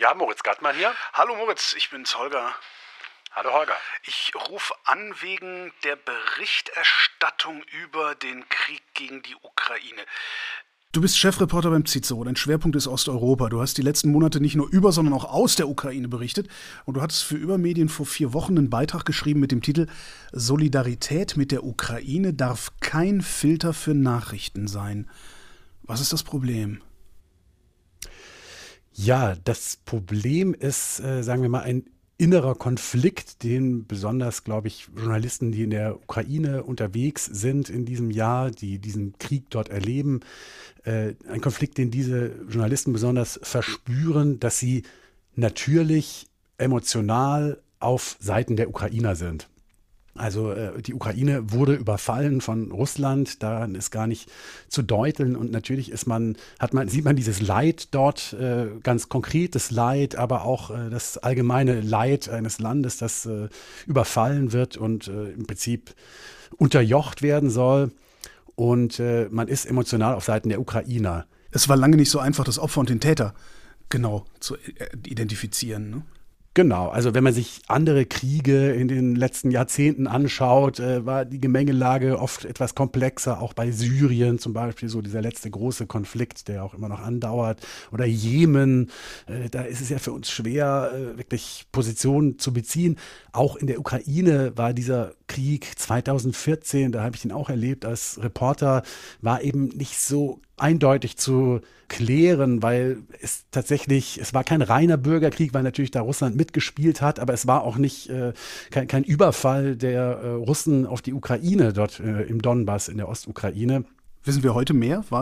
Ja, Moritz Gattmann hier. Hallo Moritz, ich bin's, Holger. Hallo Holger. Ich rufe an wegen der Berichterstattung über den Krieg gegen die Ukraine. Du bist Chefreporter beim Cicero, dein Schwerpunkt ist Osteuropa. Du hast die letzten Monate nicht nur über, sondern auch aus der Ukraine berichtet. Und du hattest für Übermedien vor 4 Wochen einen Beitrag geschrieben mit dem Titel „Solidarität mit der Ukraine darf kein Filter für Nachrichten sein". Was ist das Problem? Ja, das Problem ist, sagen wir mal, ein innerer Konflikt, den besonders, glaube ich, Journalisten, die in der Ukraine unterwegs sind in diesem Jahr, die diesen Krieg dort erleben, ein Konflikt, den diese Journalisten besonders verspüren, dass sie natürlich emotional auf Seiten der Ukrainer sind. Also die Ukraine wurde überfallen von Russland, daran ist gar nicht zu deuteln und natürlich sieht man dieses Leid dort, ganz konkretes Leid, aber auch das allgemeine Leid eines Landes, das überfallen wird und im Prinzip unterjocht werden soll und man ist emotional auf Seiten der Ukrainer. Es war lange nicht so einfach, das Opfer und den Täter genau zu identifizieren, ne? Genau, also wenn man sich andere Kriege in den letzten Jahrzehnten anschaut, war die Gemengelage oft etwas komplexer, auch bei Syrien zum Beispiel, so dieser letzte große Konflikt, der auch immer noch andauert, oder Jemen, da ist es ja für uns schwer, wirklich Positionen zu beziehen. Auch in der Ukraine war dieser Krieg 2014, da habe ich ihn auch erlebt als Reporter, war eben nicht so eindeutig zu klären, weil es war kein reiner Bürgerkrieg, weil natürlich da Russland mitgespielt hat, aber es war auch nicht kein Überfall der Russen auf die Ukraine dort im Donbass, in der Ostukraine. Wissen wir heute mehr? War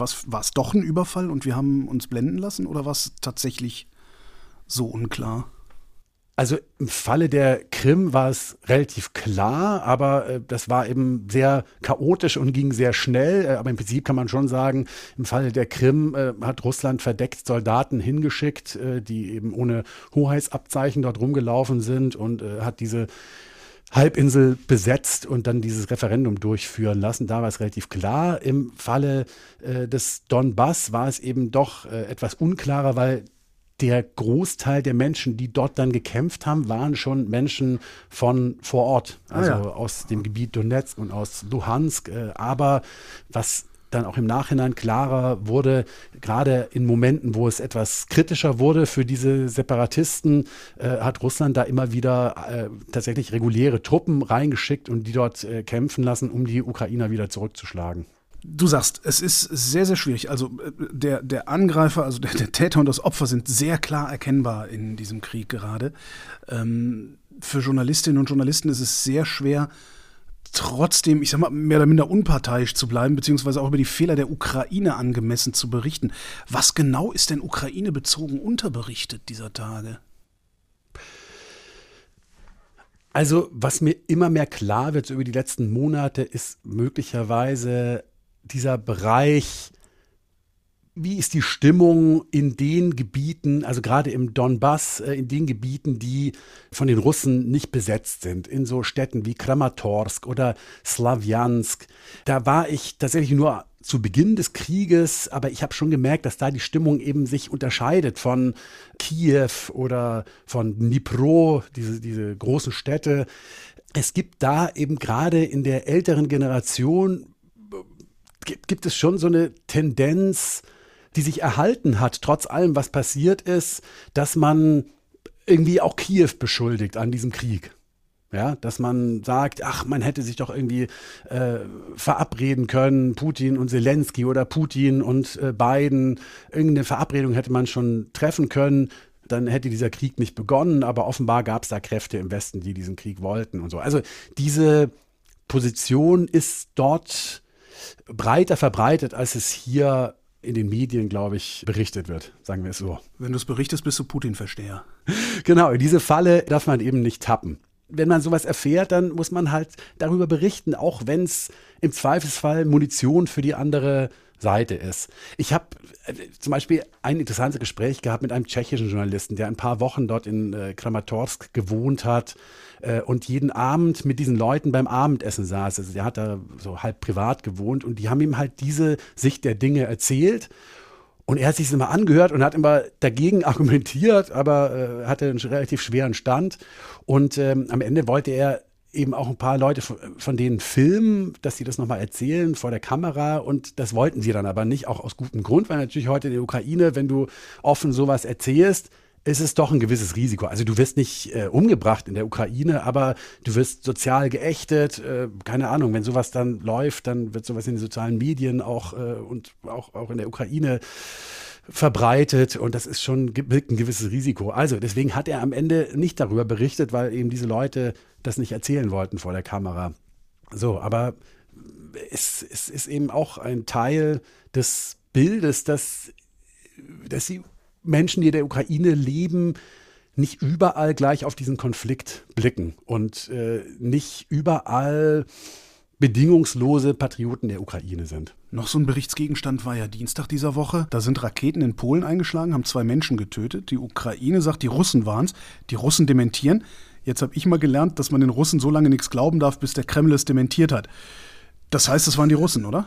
es doch ein Überfall und wir haben uns blenden lassen oder war es tatsächlich so unklar? Also im Falle der Krim war es relativ klar, aber das war eben sehr chaotisch und ging sehr schnell. Aber im Prinzip kann man schon sagen, im Falle der Krim hat Russland verdeckt Soldaten hingeschickt, die eben ohne Hoheitsabzeichen dort rumgelaufen sind und hat diese Halbinsel besetzt und dann dieses Referendum durchführen lassen. Da war es relativ klar. Im Falle des Donbass war es eben doch etwas unklarer, weil der Großteil der Menschen, die dort dann gekämpft haben, waren schon Menschen von vor Ort, also aus dem Gebiet Donetsk und aus Luhansk. Aber was dann auch im Nachhinein klarer wurde, gerade in Momenten, wo es etwas kritischer wurde für diese Separatisten, hat Russland da immer wieder tatsächlich reguläre Truppen reingeschickt und die dort kämpfen lassen, um die Ukrainer wieder zurückzuschlagen. Du sagst, es ist sehr, sehr schwierig. Also der Angreifer, also der Täter und das Opfer sind sehr klar erkennbar in diesem Krieg gerade. Für Journalistinnen und Journalisten ist es sehr schwer, trotzdem, ich sag mal, mehr oder minder unparteiisch zu bleiben, beziehungsweise auch über die Fehler der Ukraine angemessen zu berichten. Was genau ist denn Ukraine-bezogen unterberichtet dieser Tage? Also, was mir immer mehr klar wird so über die letzten Monate, ist möglicherweise dieser Bereich, wie ist die Stimmung in den Gebieten, also gerade im Donbass, in den Gebieten, die von den Russen nicht besetzt sind, in so Städten wie Kramatorsk oder Slawjansk. Da war ich tatsächlich nur zu Beginn des Krieges, aber ich habe schon gemerkt, dass da die Stimmung eben sich unterscheidet von Kiew oder von Dnipro, diese großen Städte. Es gibt da eben gerade in der älteren Generation, gibt es schon so eine Tendenz, die sich erhalten hat, trotz allem, was passiert ist, dass man irgendwie auch Kiew beschuldigt an diesem Krieg. Ja, dass man sagt, ach, man hätte sich doch irgendwie verabreden können, Putin und Zelensky oder Putin und Biden. Irgendeine Verabredung hätte man schon treffen können. Dann hätte dieser Krieg nicht begonnen, aber offenbar gab es da Kräfte im Westen, die diesen Krieg wollten und so. Also diese Position ist dort breiter verbreitet, als es hier in den Medien, glaube ich, berichtet wird, sagen wir es so. Wenn du es berichtest, bist du Putin-Versteher. Genau, in diese Falle darf man eben nicht tappen. Wenn man sowas erfährt, dann muss man halt darüber berichten, auch wenn es im Zweifelsfall Munition für die andere Seite ist. Ich habe zum Beispiel ein interessantes Gespräch gehabt mit einem tschechischen Journalisten, der ein paar Wochen dort in Kramatorsk gewohnt hat und jeden Abend mit diesen Leuten beim Abendessen saß. Also der hat da so halb privat gewohnt und die haben ihm halt diese Sicht der Dinge erzählt. Und er hat sich das immer angehört und hat immer dagegen argumentiert, aber hatte einen relativ schweren Stand. Und am Ende wollte er eben auch ein paar Leute von denen filmen, dass sie das nochmal erzählen vor der Kamera. Und das wollten sie dann aber nicht, auch aus gutem Grund, weil natürlich heute in der Ukraine, wenn du offen sowas erzählst, ist es doch ein gewisses Risiko. Also du wirst nicht umgebracht in der Ukraine, aber du wirst sozial geächtet. Keine Ahnung, wenn sowas dann läuft, dann wird sowas in den sozialen Medien und auch in der Ukraine verbreitet. Und das ist schon birgt ein gewisses Risiko. Also deswegen hat er am Ende nicht darüber berichtet, weil eben diese Leute das nicht erzählen wollten vor der Kamera. So, aber es ist eben auch ein Teil des Bildes, dass sie Menschen, die in der Ukraine leben, nicht überall gleich auf diesen Konflikt blicken und nicht überall bedingungslose Patrioten der Ukraine sind. Noch so ein Berichtsgegenstand war ja Dienstag dieser Woche. Da sind Raketen in Polen eingeschlagen, haben 2 Menschen getötet. Die Ukraine sagt, die Russen waren es. Die Russen dementieren. Jetzt habe ich mal gelernt, dass man den Russen so lange nichts glauben darf, bis der Kreml es dementiert hat. Das heißt, es waren die Russen, oder?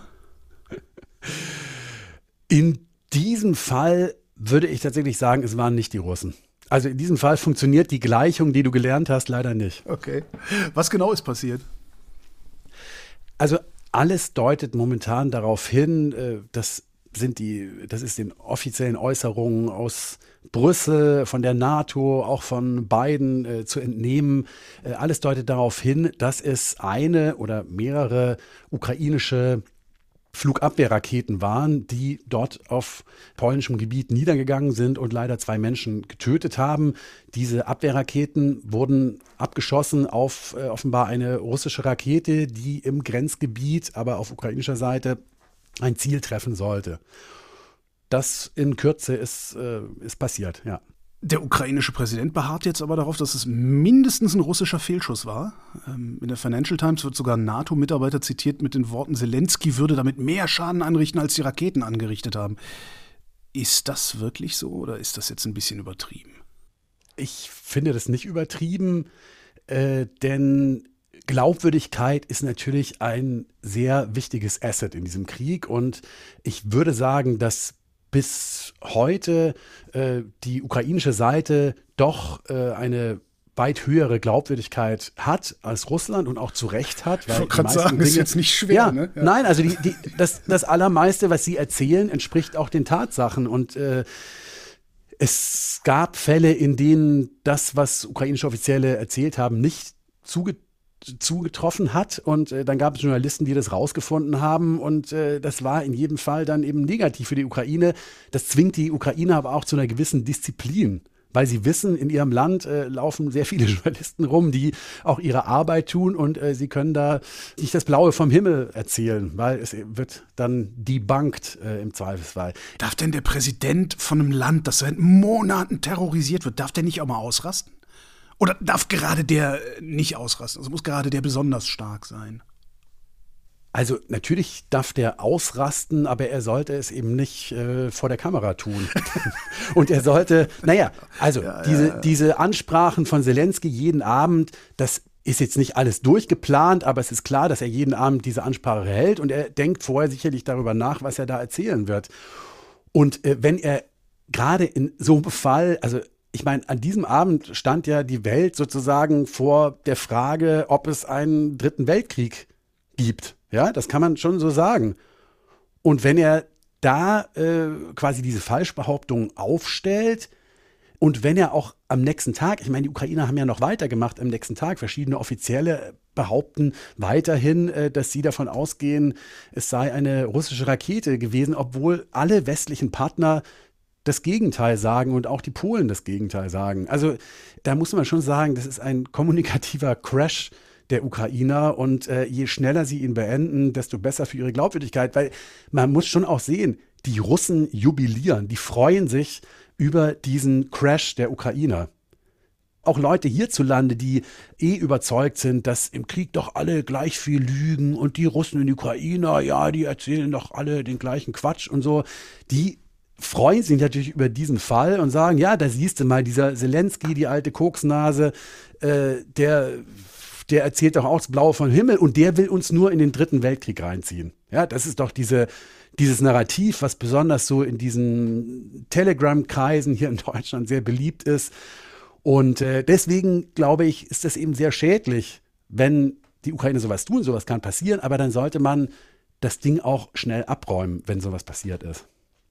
In diesem Fall würde ich tatsächlich sagen, es waren nicht die Russen. Also in diesem Fall funktioniert die Gleichung, die du gelernt hast, leider nicht. Okay. Was genau ist passiert? Also alles deutet momentan darauf hin, das ist den offiziellen Äußerungen aus Brüssel, von der NATO, auch von Biden zu entnehmen. Alles deutet darauf hin, dass es eine oder mehrere ukrainische Flugabwehrraketen waren, die dort auf polnischem Gebiet niedergegangen sind und leider 2 Menschen getötet haben. Diese Abwehrraketen wurden abgeschossen auf offenbar eine russische Rakete, die im Grenzgebiet, aber auf ukrainischer Seite ein Ziel treffen sollte. Das in Kürze ist passiert, ja. Der ukrainische Präsident beharrt jetzt aber darauf, dass es mindestens ein russischer Fehlschuss war. In der Financial Times wird sogar ein NATO-Mitarbeiter zitiert mit den Worten, Zelensky würde damit mehr Schaden anrichten, als die Raketen angerichtet haben. Ist das wirklich so oder ist das jetzt ein bisschen übertrieben? Ich finde das nicht übertrieben, denn Glaubwürdigkeit ist natürlich ein sehr wichtiges Asset in diesem Krieg. Und ich würde sagen, dass bis heute die ukrainische Seite doch eine weit höhere Glaubwürdigkeit hat als Russland und auch zu Recht hat. Ich wollte gerade sagen, das ist jetzt nicht schwer. Ja, ne? Ja. Nein, also das Allermeiste, was sie erzählen, entspricht auch den Tatsachen. Und es gab Fälle, in denen das, was ukrainische Offizielle erzählt haben, nicht zugetroffen hat und dann gab es Journalisten, die das rausgefunden haben und das war in jedem Fall dann eben negativ für die Ukraine. Das zwingt die Ukraine aber auch zu einer gewissen Disziplin, weil sie wissen, in ihrem Land laufen sehr viele Journalisten rum, die auch ihre Arbeit tun und sie können da nicht das Blaue vom Himmel erzählen, weil es wird dann debunked im Zweifelsfall. Darf denn der Präsident von einem Land, das seit Monaten terrorisiert wird, darf der nicht auch mal ausrasten? Oder darf gerade der nicht ausrasten? Also muss gerade der besonders stark sein? Also natürlich darf der ausrasten, aber er sollte es eben nicht vor der Kamera tun. Und er sollte, diese Ansprachen von Zelensky jeden Abend, das ist jetzt nicht alles durchgeplant, aber es ist klar, dass er jeden Abend diese Ansprache hält und er denkt vorher sicherlich darüber nach, was er da erzählen wird. Und wenn er gerade in so einem Fall, also ich meine, an diesem Abend stand ja die Welt sozusagen vor der Frage, ob es einen 3. Weltkrieg gibt. Ja, das kann man schon so sagen. Und wenn er da quasi diese Falschbehauptung aufstellt und wenn er auch am nächsten Tag, ich meine, die Ukrainer haben ja noch weitergemacht am nächsten Tag, verschiedene Offizielle behaupten weiterhin, dass sie davon ausgehen, es sei eine russische Rakete gewesen, obwohl alle westlichen Partner das Gegenteil sagen und auch die Polen das Gegenteil sagen. Also da muss man schon sagen, das ist ein kommunikativer Crash der Ukrainer und je schneller sie ihn beenden, desto besser für ihre Glaubwürdigkeit, weil man muss schon auch sehen, die Russen jubilieren, die freuen sich über diesen Crash der Ukrainer. Auch Leute hierzulande, die überzeugt sind, dass im Krieg doch alle gleich viel lügen und die Russen und die Ukrainer, ja, die erzählen doch alle den gleichen Quatsch und so, die freuen sich natürlich über diesen Fall und sagen, ja, da siehst du mal, dieser Zelensky, die alte Koksnase, der der erzählt doch auch das Blaue vom Himmel und der will uns nur in den Dritten Weltkrieg reinziehen. Ja, das ist doch dieses Narrativ, was besonders so in diesen Telegram-Kreisen hier in Deutschland sehr beliebt ist. Und deswegen, glaube ich, ist das eben sehr schädlich, wenn die Ukraine sowas tun. Sowas kann passieren, aber dann sollte man das Ding auch schnell abräumen, wenn sowas passiert ist.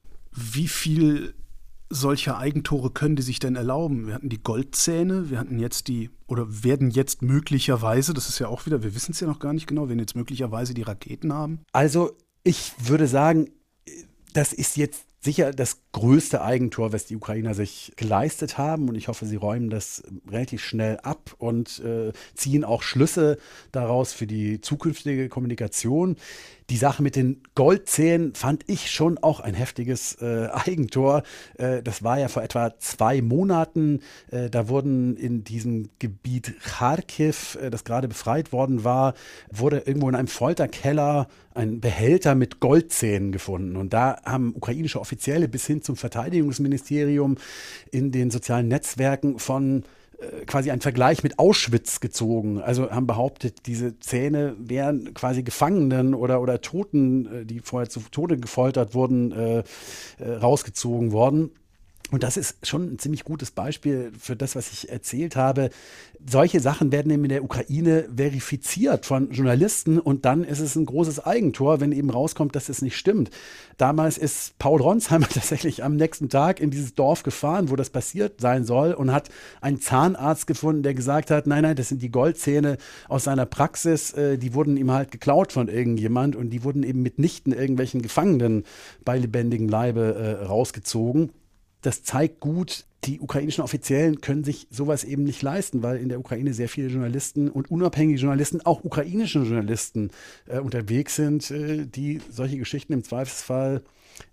Wie viel solcher Eigentore können die sich denn erlauben? Wir hatten die Goldzähne, wir hatten jetzt werden jetzt möglicherweise, das ist ja auch wieder, wir wissen es ja noch gar nicht genau, werden jetzt möglicherweise die Raketen haben? Also ich würde sagen, das ist jetzt sicher das größte Eigentor, was die Ukrainer sich geleistet haben. Und ich hoffe, sie räumen das relativ schnell ab und ziehen auch Schlüsse daraus für die zukünftige Kommunikation. Die Sache mit den Goldzähnen fand ich schon auch ein heftiges Eigentor. Das war ja vor etwa 2 Monaten. Da wurden in diesem Gebiet Charkiw, das gerade befreit worden war, wurde irgendwo in einem Folterkeller ein Behälter mit Goldzähnen gefunden. Und da haben ukrainische Offizielle bis hin zum Verteidigungsministerium in den sozialen Netzwerken von quasi einen Vergleich mit Auschwitz gezogen. Also haben behauptet, diese Zähne wären quasi Gefangenen oder Toten, die vorher zu Tode gefoltert wurden, rausgezogen worden. Und das ist schon ein ziemlich gutes Beispiel für das, was ich erzählt habe. Solche Sachen werden eben in der Ukraine verifiziert von Journalisten und dann ist es ein großes Eigentor, wenn eben rauskommt, dass es nicht stimmt. Damals ist Paul Ronsheimer tatsächlich am nächsten Tag in dieses Dorf gefahren, wo das passiert sein soll und hat einen Zahnarzt gefunden, der gesagt hat, nein, das sind die Goldzähne aus seiner Praxis, die wurden ihm halt geklaut von irgendjemand und die wurden eben mitnichten irgendwelchen Gefangenen bei lebendigem Leibe rausgezogen. Das zeigt gut, die ukrainischen Offiziellen können sich sowas eben nicht leisten, weil in der Ukraine sehr viele Journalisten und unabhängige Journalisten, auch ukrainische Journalisten unterwegs sind, die solche Geschichten im Zweifelsfall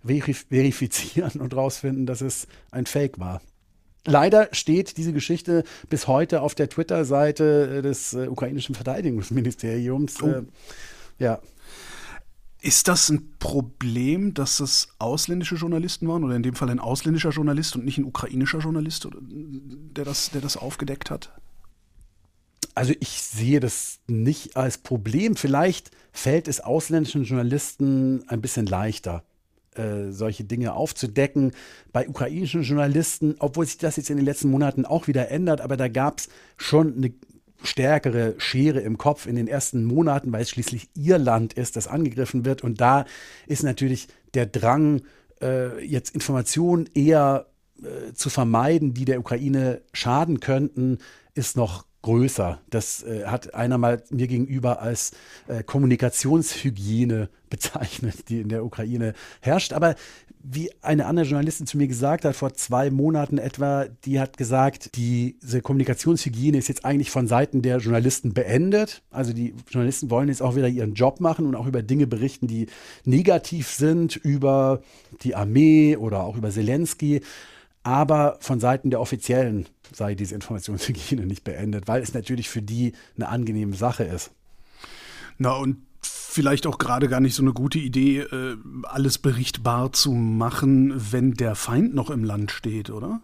verifizieren und rausfinden, dass es ein Fake war. Leider steht diese Geschichte bis heute auf der Twitter-Seite des ukrainischen Verteidigungsministeriums. Ja. Ist das ein Problem, dass es ausländische Journalisten waren oder in dem Fall ein ausländischer Journalist und nicht ein ukrainischer Journalist, der das aufgedeckt hat? Also ich sehe das nicht als Problem. Vielleicht fällt es ausländischen Journalisten ein bisschen leichter, solche Dinge aufzudecken. Bei ukrainischen Journalisten, obwohl sich das jetzt in den letzten Monaten auch wieder ändert, aber da gab es schon eine stärkere Schere im Kopf in den ersten Monaten, weil es schließlich ihr Land ist, das angegriffen wird. Und da ist natürlich der Drang, jetzt Informationen eher zu vermeiden, die der Ukraine schaden könnten, ist noch größer. Das hat einer mal mir gegenüber als Kommunikationshygiene bezeichnet, die in der Ukraine herrscht. Aber wie eine andere Journalistin zu mir gesagt hat, vor 2 Monaten etwa, die hat gesagt, diese Kommunikationshygiene ist jetzt eigentlich von Seiten der Journalisten beendet. Also die Journalisten wollen jetzt auch wieder ihren Job machen und auch über Dinge berichten, die negativ sind, über die Armee oder auch über Zelensky. Aber von Seiten der Offiziellen sei diese Informationshygiene nicht beendet, weil es natürlich für die eine angenehme Sache ist. Na und vielleicht auch gerade gar nicht so eine gute Idee, alles berichtbar zu machen, wenn der Feind noch im Land steht, oder?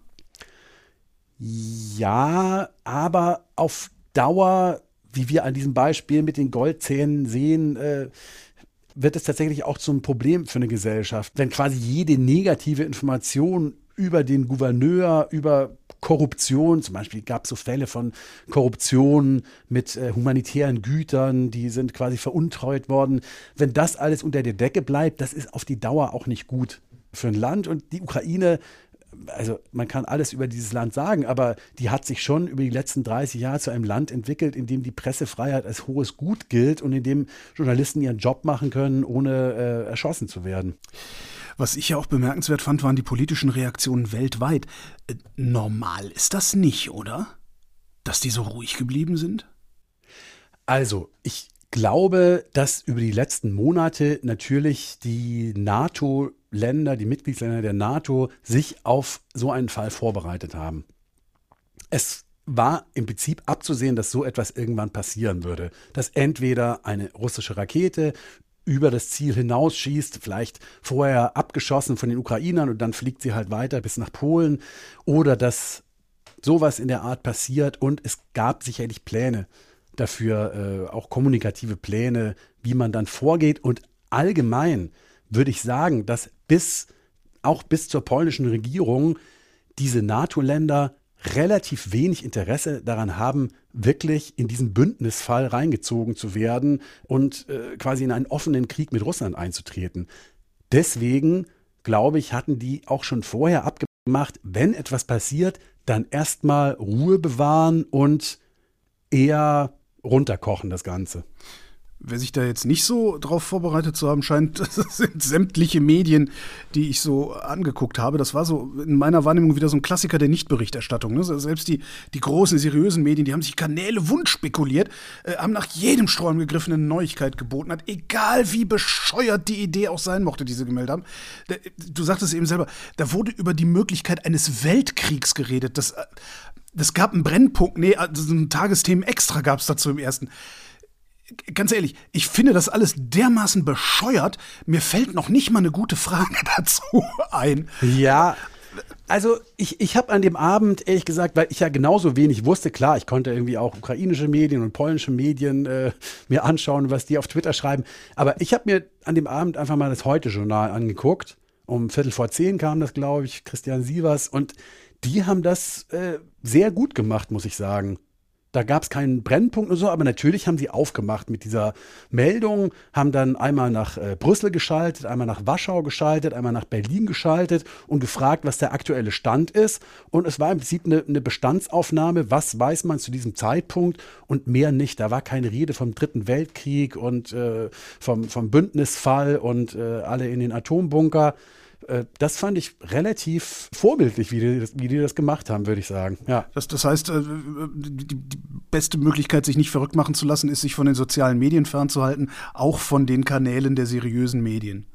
Ja, aber auf Dauer, wie wir an diesem Beispiel mit den Goldzähnen sehen, wird es tatsächlich auch zum Problem für eine Gesellschaft, wenn quasi jede negative Information über den Gouverneur, über Korruption, zum Beispiel gab es so Fälle von Korruption mit humanitären Gütern, die sind quasi veruntreut worden. Wenn das alles unter der Decke bleibt, das ist auf die Dauer auch nicht gut für ein Land. Und die Ukraine, also man kann alles über dieses Land sagen, aber die hat sich schon über die letzten 30 Jahre zu einem Land entwickelt, in dem die Pressefreiheit als hohes Gut gilt und in dem Journalisten ihren Job machen können, ohne erschossen zu werden. Was ich ja auch bemerkenswert fand, waren die politischen Reaktionen weltweit. Normal ist das nicht, oder? Dass die so ruhig geblieben sind? Also, ich glaube, dass über die letzten Monate natürlich die NATO-Länder, die Mitgliedsländer der NATO, sich auf so einen Fall vorbereitet haben. Es war im Prinzip abzusehen, dass so etwas irgendwann passieren würde. Dass entweder eine russische Rakete über das Ziel hinausschießt, vielleicht vorher abgeschossen von den Ukrainern und dann fliegt sie halt weiter bis nach Polen, oder dass sowas in der Art passiert, und es gab sicherlich Pläne, dafür auch kommunikative Pläne, wie man dann vorgeht. Und allgemein würde ich sagen, dass auch bis zur polnischen Regierung diese NATO-Länder relativ wenig Interesse daran haben, wirklich in diesen Bündnisfall reingezogen zu werden und quasi in einen offenen Krieg mit Russland einzutreten. Deswegen, glaube ich, hatten die auch schon vorher abgemacht, wenn etwas passiert, dann erstmal Ruhe bewahren und eher runterkochen das Ganze. Wer sich da jetzt nicht so drauf vorbereitet zu haben scheint, das sind sämtliche Medien, die ich so angeguckt habe. Das war so in meiner Wahrnehmung wieder so ein Klassiker der Nichtberichterstattung. Ne? Selbst die großen, seriösen Medien, die haben sich Kanäle wund spekuliert, haben nach jedem Strohhalm gegriffen, eine Neuigkeit geboten hat, egal wie bescheuert die Idee auch sein mochte, die sie gemeldet haben. Du sagtest eben selber, da wurde über die Möglichkeit eines Weltkriegs geredet. Das gab einen Brennpunkt, also ein Tagesthemen extra gab es dazu im ersten. Ganz ehrlich, ich finde das alles dermaßen bescheuert, mir fällt noch nicht mal eine gute Frage dazu ein. Ja, also ich habe an dem Abend, ehrlich gesagt, weil ich ja genauso wenig wusste, klar, ich konnte irgendwie auch ukrainische Medien und polnische Medien mir anschauen, was die auf Twitter schreiben, aber ich habe mir an dem Abend einfach mal das Heute-Journal angeguckt. Um 9:45 kam das, glaube ich, Christian Sievers, und die haben das sehr gut gemacht, muss ich sagen. Da gab es keinen Brennpunkt und so, aber natürlich haben sie aufgemacht mit dieser Meldung, haben dann einmal nach Brüssel geschaltet, einmal nach Warschau geschaltet, einmal nach Berlin geschaltet und gefragt, was der aktuelle Stand ist. Und es war im Prinzip eine Bestandsaufnahme, was weiß man zu diesem Zeitpunkt und mehr nicht. Da war keine Rede vom Dritten Weltkrieg und vom Bündnisfall und alle in den Atombunker. Das fand ich relativ vorbildlich, wie die das gemacht haben, würde ich sagen. Ja. Das heißt, die beste Möglichkeit, sich nicht verrückt machen zu lassen, ist, sich von den sozialen Medien fernzuhalten, auch von den Kanälen der seriösen Medien.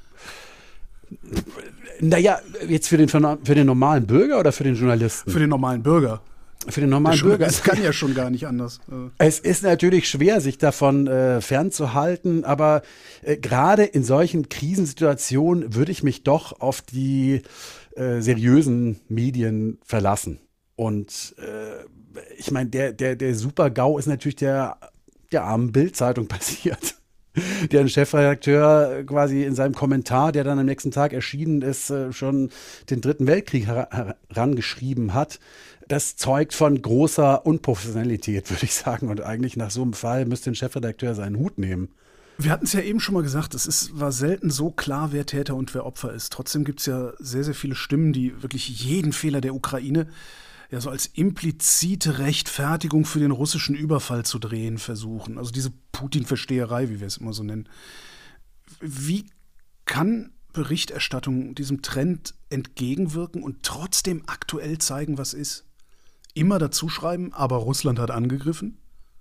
Naja, jetzt für den normalen Bürger oder für den Journalisten? Für den normalen Bürger. Für den normalen Bürger. Das kann ja schon gar nicht anders. Es ist natürlich schwer, sich davon fernzuhalten, aber gerade in solchen Krisensituationen würde ich mich doch auf die seriösen Medien verlassen. Und ich meine, der Super-GAU ist natürlich der armen Bild-Zeitung passiert. Deren Chefredakteur quasi in seinem Kommentar, der dann am nächsten Tag erschienen ist, schon den Dritten Weltkrieg herangeschrieben hat. Das zeugt von großer Unprofessionalität, würde ich sagen. Und eigentlich nach so einem Fall müsste ein Chefredakteur seinen Hut nehmen. Wir hatten es ja eben schon mal gesagt, war selten so klar, wer Täter und wer Opfer ist. Trotzdem gibt es ja sehr, sehr viele Stimmen, die wirklich jeden Fehler der Ukraine ja so als implizite Rechtfertigung für den russischen Überfall zu drehen versuchen. Also diese Putin-Versteherei, wie wir es immer so nennen. Wie kann Berichterstattung diesem Trend entgegenwirken und trotzdem aktuell zeigen, was ist? Immer dazu schreiben, aber Russland hat angegriffen?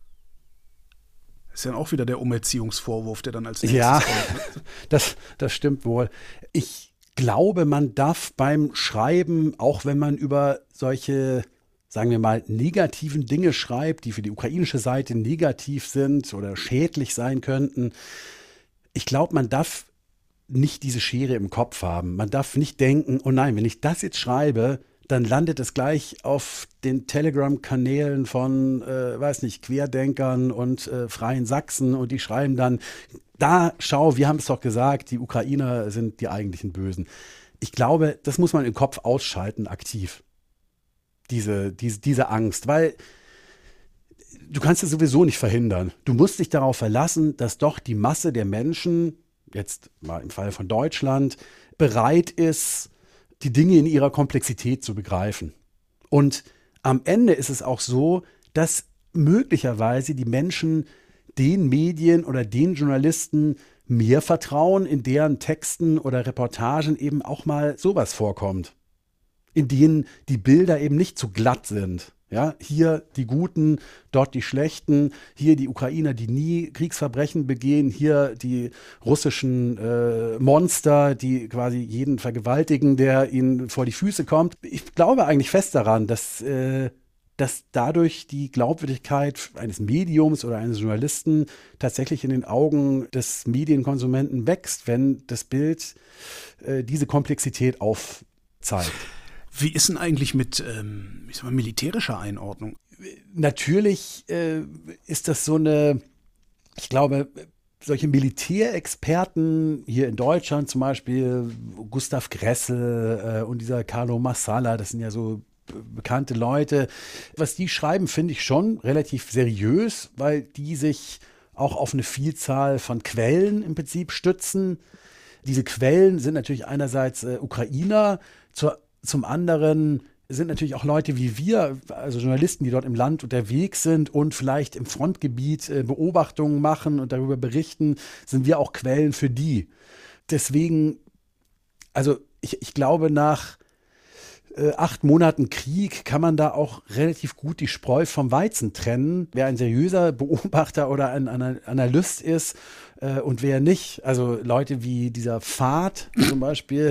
Ist ja auch wieder der Umerziehungsvorwurf, der dann als nächstes kommt. Das stimmt wohl. Ich glaube, man darf beim Schreiben, auch wenn man über solche, sagen wir mal, negativen Dinge schreibt, die für die ukrainische Seite negativ sind oder schädlich sein könnten, ich glaube, man darf nicht diese Schere im Kopf haben. Man darf nicht denken, oh nein, wenn ich das jetzt schreibe, dann landet es gleich auf den Telegram-Kanälen von, Querdenkern und Freien Sachsen, und die schreiben dann, da, schau, wir haben es doch gesagt, die Ukrainer sind die eigentlichen Bösen. Ich glaube, das muss man im Kopf ausschalten, aktiv. Diese Angst, weil du kannst es sowieso nicht verhindern. Du musst dich darauf verlassen, dass doch die Masse der Menschen, jetzt mal im Fall von Deutschland, bereit ist, die Dinge in ihrer Komplexität zu begreifen. Und am Ende ist es auch so, dass möglicherweise die Menschen den Medien oder den Journalisten mehr vertrauen, in deren Texten oder Reportagen eben auch mal sowas vorkommt, in denen die Bilder eben nicht zu glatt sind. Ja, hier die Guten, dort die Schlechten, hier die Ukrainer, die nie Kriegsverbrechen begehen, hier die russischen Monster, die quasi jeden vergewaltigen, der ihnen vor die Füße kommt. Ich glaube eigentlich fest daran, dass dadurch die Glaubwürdigkeit eines Mediums oder eines Journalisten tatsächlich in den Augen des Medienkonsumenten wächst, wenn das Bild diese Komplexität aufzeigt. Wie ist denn eigentlich mit militärischer Einordnung? natürlich ist das so eine, ich glaube, solche Militärexperten hier in Deutschland, zum Beispiel Gustav Gressel und dieser Carlo Massala, das sind ja so bekannte Leute. Was die schreiben, finde ich schon relativ seriös, weil die sich auch auf eine Vielzahl von Quellen im Prinzip stützen. Diese Quellen sind natürlich einerseits Ukrainer, zum anderen sind natürlich auch Leute wie wir, also Journalisten, die dort im Land unterwegs sind und vielleicht im Frontgebiet Beobachtungen machen und darüber berichten, sind wir auch Quellen für die. Deswegen, also ich glaube, nach 8 Monaten Krieg kann man da auch relativ gut die Spreu vom Weizen trennen. Wer ein seriöser Beobachter oder ein Analyst ist und wer nicht. Also Leute wie dieser Fahd zum Beispiel,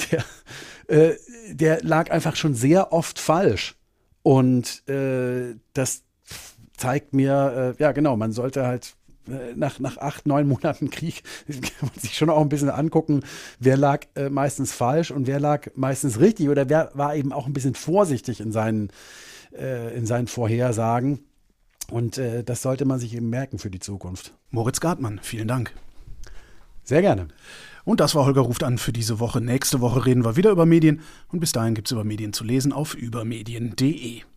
der lag einfach schon sehr oft falsch. Und das zeigt mir, ja genau, man sollte halt nach 8, 9 Monaten Krieg kann man sich schon auch ein bisschen angucken, wer lag meistens falsch und wer lag meistens richtig oder wer war eben auch ein bisschen vorsichtig in seinen Vorhersagen. Und das sollte man sich eben merken für die Zukunft. Moritz Gartmann, vielen Dank. Sehr gerne. Und das war Holger ruft an für diese Woche. Nächste Woche reden wir wieder über Medien und bis dahin gibt es über Medien zu lesen auf übermedien.de.